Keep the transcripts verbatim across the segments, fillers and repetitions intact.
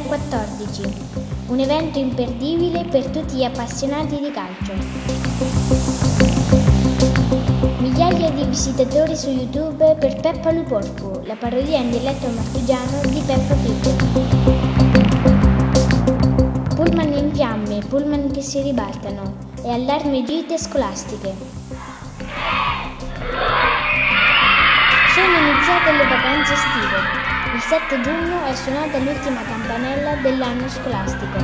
duemilaquattordici, un evento imperdibile per tutti gli appassionati di calcio. Migliaia di visitatori su YouTube per Peppa Luporcu, la parodia in dialetto marchigiano di Peppa Pig. Pullman in fiamme, pullman che si ribaltano e allarmi gite scolastiche. Sono iniziate le vacanze estive. Il sette giugno è suonata l'ultima campanella dell'anno scolastico.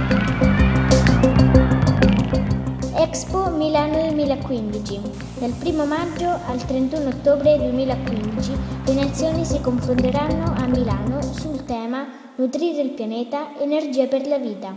Expo Milano duemilaquindici. Dal primo maggio al trentuno ottobre duemilaquindici le nazioni si confronteranno a Milano sul tema Nutrire il pianeta, energia per la vita.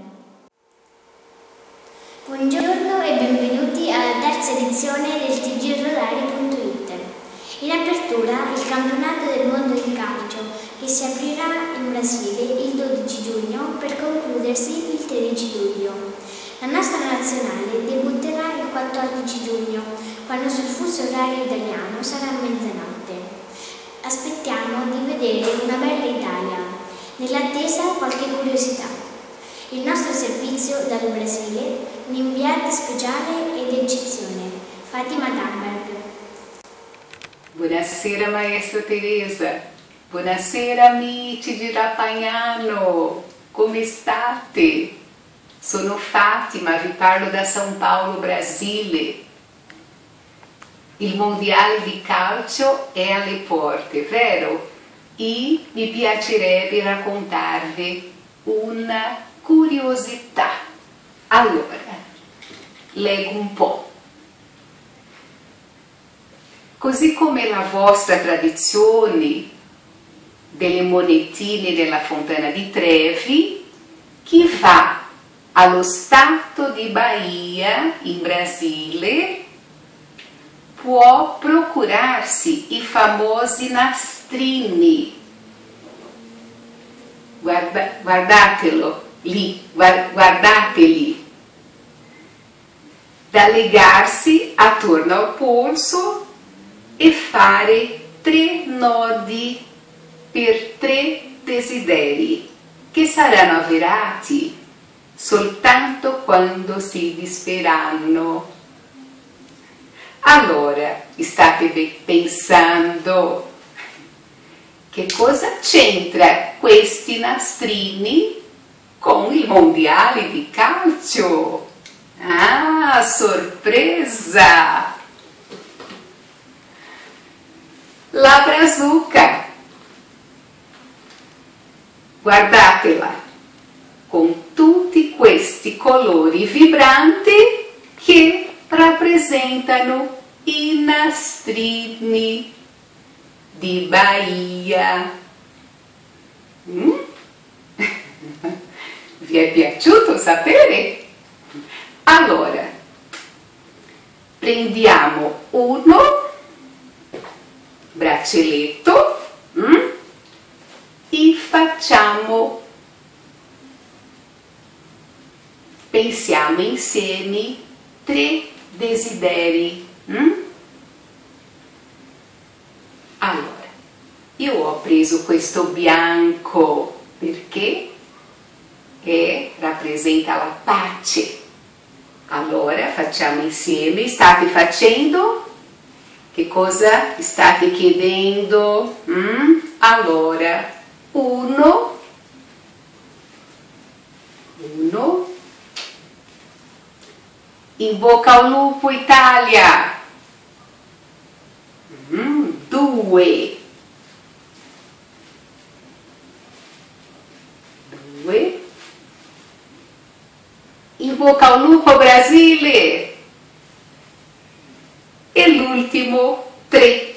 Buongiorno e benvenuti alla terza edizione del T G Rodari punto it. In apertura il campionato del mondo di calcio che si aprirà in Brasile il dodici giugno per concludersi il tredici luglio. La nostra nazionale debutterà il quattordici giugno, quando sul fuso orario italiano sarà mezzanotte. Aspettiamo di vedere una bella Italia. Nell'attesa qualche curiosità. Il nostro servizio dal Brasile, un'inviata speciale ed eccezione, Fatima Tamberg. Buonasera maestra Teresa, buonasera amici di Rapagnano, come state? Sono Fatima, vi parlo da São Paulo, Brasile. Il mondiale di calcio è alle porte, vero? E mi piacerebbe raccontarvi una curiosità. Allora, leggo un po'. Così come la vostra tradizione delle monetine della Fontana di Trevi, chi va allo Stato di Bahia, in Brasile, può procurarsi i famosi nastrini. Guarda, guardatelo lì, guardateli. Da legarsi attorno al polso e fare tre nodi per tre desideri che saranno avverati soltanto quando si disferanno. Allora, state pensando che cosa c'entra questi nastrini con il mondiale di calcio? Ah, sorpresa! La brazuca, guardatela, con tutti questi colori vibranti che rappresentano i nastrini di Bahia. Mm? Vi è piaciuto sapere? Allora, prendiamo uno braccialetto mm? e facciamo, pensiamo insieme tre desideri. Mm? Allora, io ho preso questo bianco perché è, rappresenta la pace. Allora facciamo insieme, state facendo? Che cosa state chiedendo? Mm? Allora, uno, uno, in bocca al lupo Italia, mm, due, due, in bocca al lupo Brasile. E l'ultimo, tre.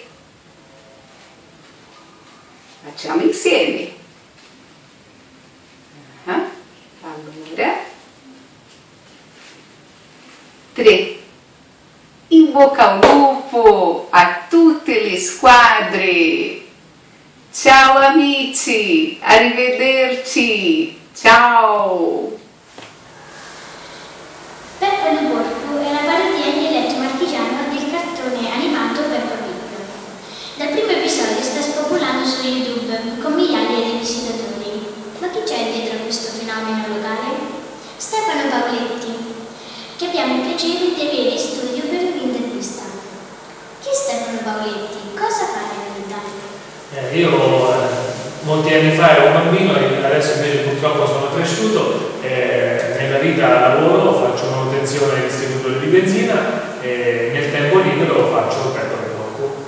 Facciamo insieme. Uh-huh. Allora, tre. In bocca al lupo a tutte le squadre. Ciao amici, arrivederci. Ciao. Peppa Luporcu è la parodia in dialetto marchigiano del cartone animato Peppa Pig. Dal primo episodio sta spopolando su YouTube con migliaia di visitatori. Ma chi c'è dietro a questo fenomeno? piacere di avere in studio per un'intervista. Chi è Stefano Paoletti? Cosa fa nella vita? Eh, io eh, molti anni fa ero un bambino e adesso invece purtroppo sono cresciuto. Eh, nella vita lavoro, faccio manutenzione del distributore di benzina e nel tempo libero faccio petto per porco.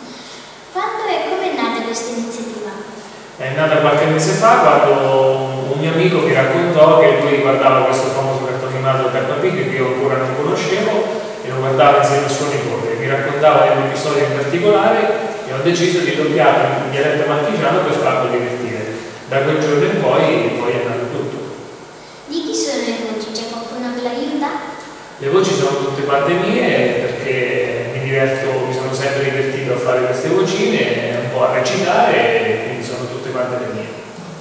Quando e come è nata questa iniziativa? È nata qualche mese fa quando un mio amico mi raccontò che lui guardava questo famoso cartone animato Peppa Pig che io ancora non conoscevo e lo guardava insieme al suo nipote. Mi raccontava dell'episodio in particolare e ho deciso di doppiare in dialetto marchigiano per farlo divertire. Da quel giorno in poi, poi è nato tutto. Di chi sono le voci? C'è qualcuno che l'aiuta? Le voci sono tutte quante mie perché mi diverto, mi sono sempre divertito a fare queste vocine, un po' a recitare e quindi sono tutte quante le mie.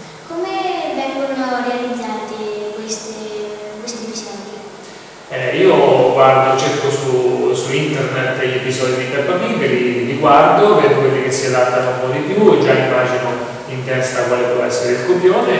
Come vengono realizzati questi, questi episodi? Eh, io guardo, cerco su, su internet gli episodi di Peppa Pig, li, li guardo, vedo quelli che si adattano un po' di più e già immagino in testa quale può essere il copione,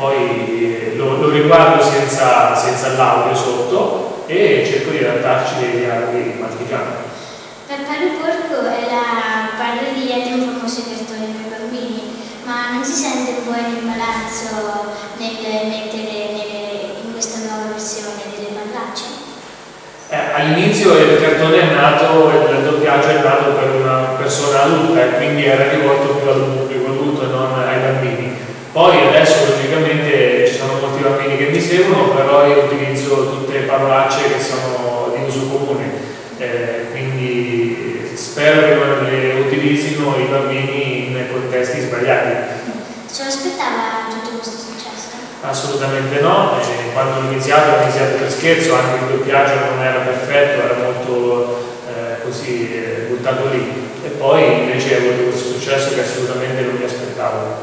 poi lo, lo riguardo senza, senza l'audio sotto e cerco di adattarci dei dialoghi marchigiani. Peppa il Porco è la parodia di un famoso cartone per bambini, ma non si sente un po' in imbarazzo nel mettere nelle, in questa nuova versione delle parolacce? Eh, all'inizio il cartone è nato, il doppiaggio è nato per una persona adulta e quindi era rivolto più al pubblico adulto e non ai bambini. Poi adesso logicamente ci sono molti bambini che mi seguono, però io utilizzo tutte le parolacce che sono di uso comune, eh, quindi spero che non le utilizzino i bambini in contesti sbagliati. Se lo aspettava tutto questo successo? Assolutamente no, eh, quando ho iniziato ho iniziato per scherzo, anche il doppiaggio non era perfetto, era molto eh, così eh, buttato lì e poi invece ho avuto questo successo che assolutamente non mi aspettavo.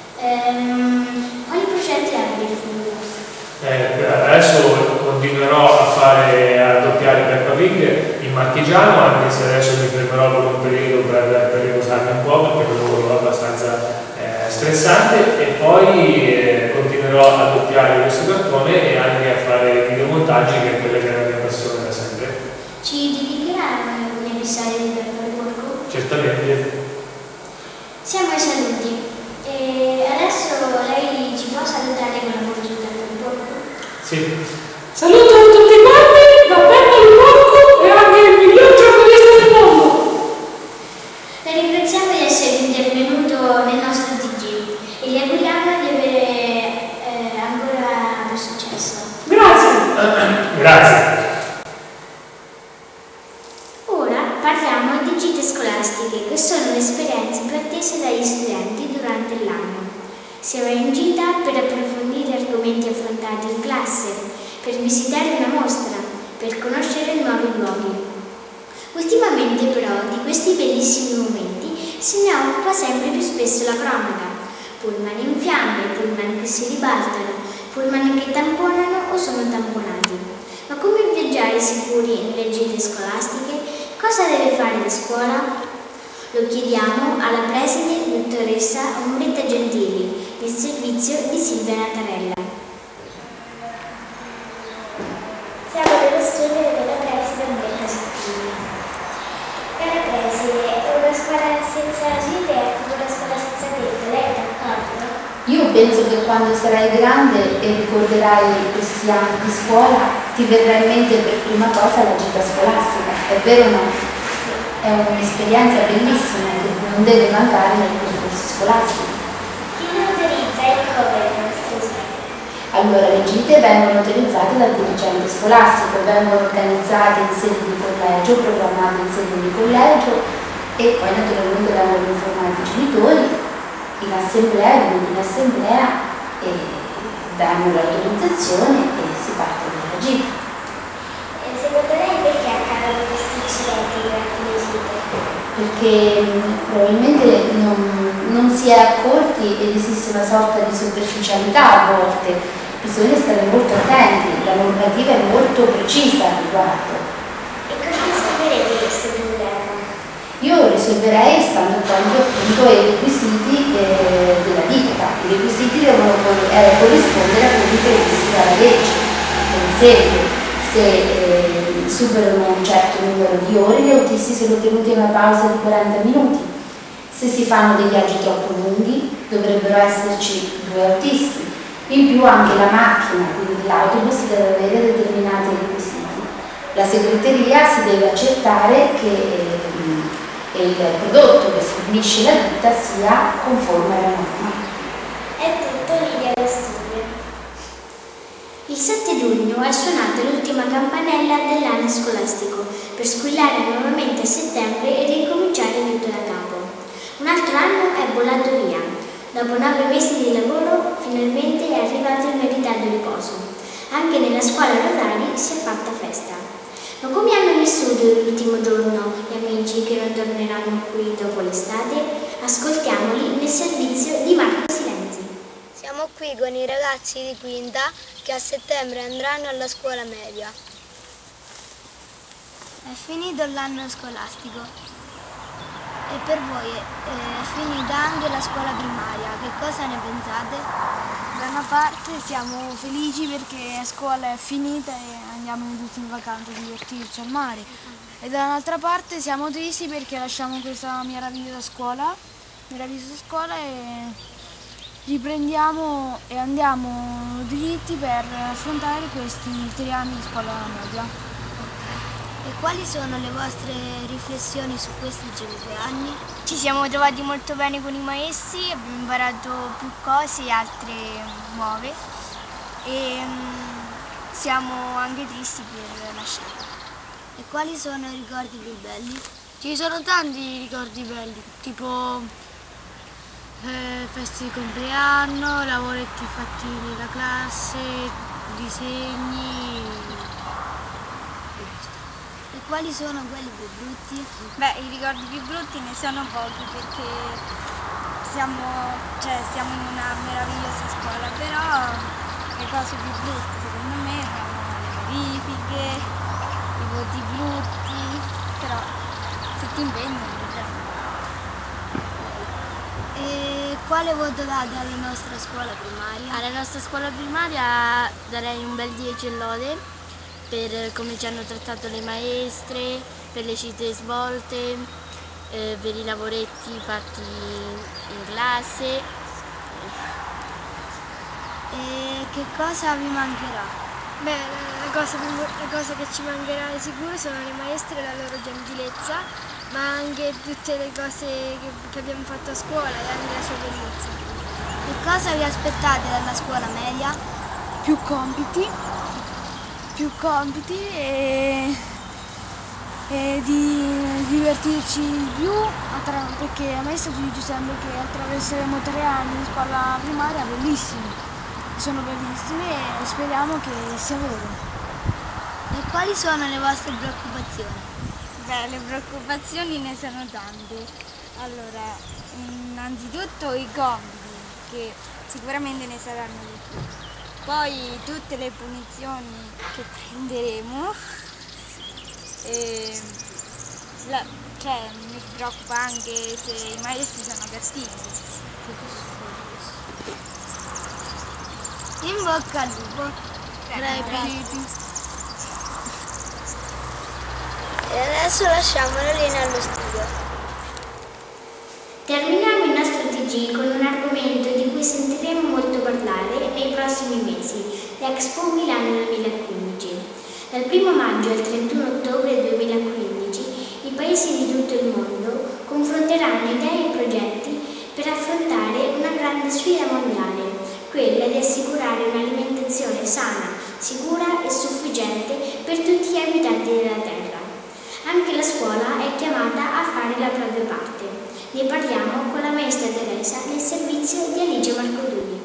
Ehm, quali progetti hai per il futuro? Eh, adesso continuerò a fare a doppiare Peppa Pig in marchigiano, anche se adesso mi fermerò per un periodo per, per riposarmi un po' perché è un lavoro abbastanza eh, stressante e poi eh, continuerò a doppiare questo cartone e anche a fare videomontaggi, che è quella che è la mia passione da sempre. Ci dedicherai un episodio di Peppa il Porco? Certamente. Siamo ai saluti e adesso lei ci può salutare con la voce di Peppa il Porco? Sì. Saluto a tutti quanti da Peppa il Porco e anche il miglior giornalista del mondo. La ringraziamo di essere intervenuto nel nostro T G e gli auguriamo di avere eh, ancora più successo. Grazie. Grazie. Ora parliamo di gite scolastiche, che sono le esperienze più attese dagli studenti durante l'anno. Si va in gita per approfondire argomenti affrontati in classe, per visitare una mostra, per conoscere nuovi luoghi. Ultimamente però di questi bellissimi momenti se ne occupa sempre più spesso la cronaca. Pullman in fiamme, pullman che si ribaltano, pullman che tamponano o sono tamponati. Ma come viaggiare sicuri nelle gite scolastiche? Cosa deve fare la scuola? Lo chiediamo alla preside dottoressa Ombretta Gentili, del servizio di Silvia Natarella. Siamo nello studio della preside Ombretta Gentili. Cara preside, una scuola senza gite è come una scuola senza tempo, lei è d'accordo? Io penso che quando sarai grande e ricorderai questi anni di scuola ti verrà in mente per prima cosa la gita scolastica, è vero o no? Sì. È un'esperienza bellissima che non deve mancare nel percorso scolastico. Chi ne autorizza e come le nostre gite? Allora, le gite vengono utilizzate dal dirigente scolastico, vengono organizzate in sede di collegio, programmate in sede di collegio e poi naturalmente vengono informati i genitori in assemblea, venuti in assemblea e danno l'autorizzazione e si parte dalla gita. E secondo lei perché accadono questi incidenti durante le gite? Perché mh, probabilmente non, non si è accorti ed esiste una sorta di superficialità a volte, bisogna stare molto attenti, la normativa è molto precisa al riguardo. E come risolverete questo problema? Io risolverei stando attento appunto ai requisiti eh, della ditta. I requisiti devono eh, corrispondere a quelli previsti dalla legge. Per esempio, se eh, superano un certo numero di ore, gli autisti sono tenuti a una pausa di quaranta minuti. Se si fanno dei viaggi troppo lunghi, dovrebbero esserci due autisti. In più anche la macchina, quindi l'autobus, deve avere determinati requisiti. La segreteria si deve accertare che eh, il prodotto che fornisce la ditta sia conforme alla norma. È tutto, Livia da studio. Il sette giugno è suonata l'ultima campanella dell'anno scolastico per squillare nuovamente a settembre e ricominciare tutto da capo. Un altro anno è volato via. Dopo nove mesi di lavoro finalmente è arrivato il meritato riposo. Anche nella scuola Rodari si è fatta festa. Ma come hanno vissuto l'ultimo giorno gli amici che non torneranno qui dopo l'estate? Ascoltiamoli nel servizio di Marco Silenzi. Siamo qui con i ragazzi di quinta che a settembre andranno alla scuola media. È finito l'anno scolastico e per voi è finita anche la scuola primaria. Che cosa ne pensate? Da una parte siamo felici perché la scuola è finita e andiamo tutti in vacanza a divertirci al mare, e dall'altra parte siamo tristi perché lasciamo questa meravigliosa scuola, meravigliosa scuola e riprendiamo e andiamo dritti per affrontare questi tre anni di scuola media. E quali sono le vostre riflessioni su questi cinque anni? Ci siamo trovati molto bene con i maestri, abbiamo imparato più cose e altre nuove e um, siamo anche tristi per lasciare. E quali sono i ricordi più belli? Ci sono tanti ricordi belli, tipo eh, feste di compleanno, lavoretti fatti nella classe, disegni. E quali sono quelli più brutti? Beh, i ricordi più brutti ne sono pochi perché siamo, cioè, siamo in una meravigliosa scuola, però le cose più brutte secondo me sono le verifiche, i voti brutti, però se ti impegni non prendi. E quale voto date alla nostra scuola primaria? Alla nostra scuola primaria darei un bel dieci e lode per come ci hanno trattato le maestre, per le cite svolte, eh, per i lavoretti fatti in classe. E che cosa vi mancherà? Beh, la cosa, la cosa che ci mancherà di sicuro sono le maestre e la loro gentilezza, ma anche tutte le cose che, che abbiamo fatto a scuola e anche la sua bellezza. Che cosa vi aspettate dalla scuola media? Più compiti, più compiti e, e di divertirci di più, perché la maestra ci dice sempre che attraverseremo tre anni di scuola primaria bellissimi, sono bellissimi e speriamo che sia vero. E quali sono le vostre preoccupazioni? Beh, le preoccupazioni ne sono tante. Allora, innanzitutto i compiti, che sicuramente ne saranno di più. Poi tutte le punizioni che prenderemo, e la, cioè mi preoccupa anche se i maestri sono cattivi. In bocca al lupo. Prego. E adesso lasciamo Lorena allo studio. Terminiamo il nostro T G con un argomento di cui sentiremo molto parlare nei prossimi mesi, l'Expo Milano duemilaquindici. Dal primo maggio al trentuno ottobre duemilaquindici i paesi di tutto il mondo confronteranno idee e progetti per affrontare una grande sfida mondiale, quella di assicurare un'alimentazione sana, sicura e sufficiente per tutti gli abitanti della Terra. Anche la scuola è chiamata a fare la propria parte. Ne parliamo con la maestra Teresa nel servizio di Alice Marcoduni.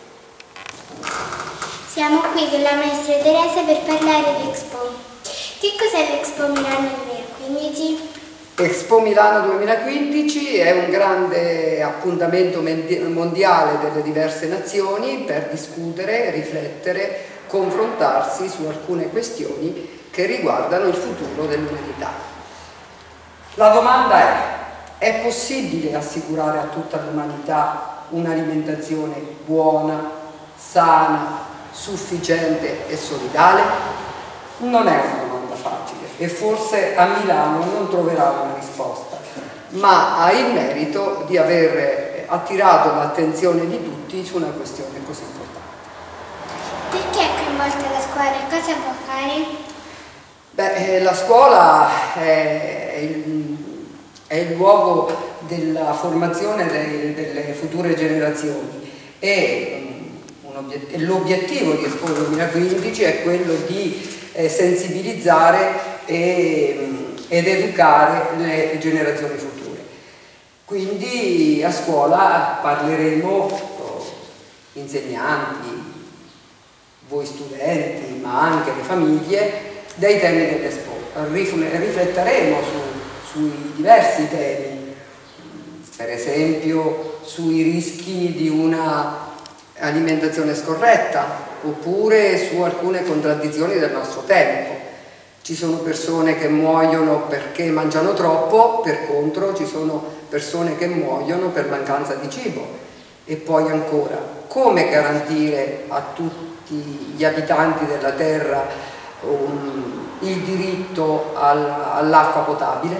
Siamo qui con la maestra Teresa per parlare di Expo. Che cos'è l'Expo Milano duemilaquindici? Expo Milano duemilaquindici è un grande appuntamento mondiale delle diverse nazioni per discutere, riflettere, confrontarsi su alcune questioni che riguardano il futuro dell'umanità. La domanda è: è possibile assicurare a tutta l'umanità un'alimentazione buona, sana, sufficiente e solidale? Non è una domanda facile e forse a Milano non troverà una risposta, ma ha il merito di aver attirato l'attenzione di tutti su una questione così importante. Perché è coinvolta la scuola e cosa può fare? Beh, la scuola è il, è il luogo della formazione dei, delle future generazioni e l'obiettivo di Expo duemilaquindici è quello di eh, sensibilizzare e, ed educare le generazioni future. Quindi a scuola parleremo, oh, insegnanti, voi studenti, ma anche le famiglie, dei temi dell'Expo. Rifletteremo su, sui diversi temi, per esempio sui rischi di una alimentazione scorretta oppure su alcune contraddizioni del nostro tempo. Ci sono persone che muoiono perché mangiano troppo, per contro ci sono persone che muoiono per mancanza di cibo. E poi ancora, come garantire a tutti gli abitanti della terra um, il diritto al, all'acqua potabile?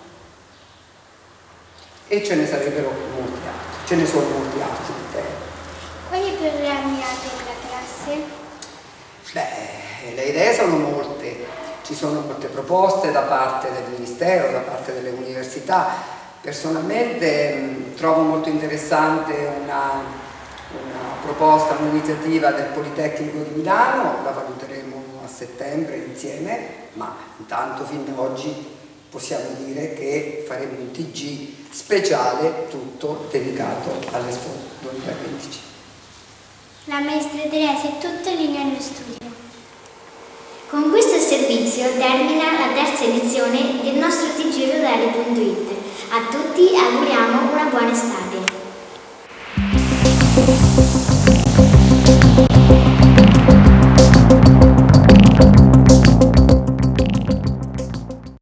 E ce ne sarebbero molti altri, ce ne sono molti altri temi. Quali programmi ha per la classe? Beh, le idee sono molte, ci sono molte proposte da parte del Ministero, da parte delle università. Personalmente mh, trovo molto interessante una, una proposta, un'iniziativa del Politecnico di Milano, la valuteremo a settembre insieme, ma intanto fin da oggi possiamo dire che faremo un T G speciale tutto dedicato all'Expo duemilaquindici. La maestra Teresa è tutto linea allo studio. Con questo servizio termina la terza edizione del nostro T G rurale punto it. A tutti auguriamo una buona estate.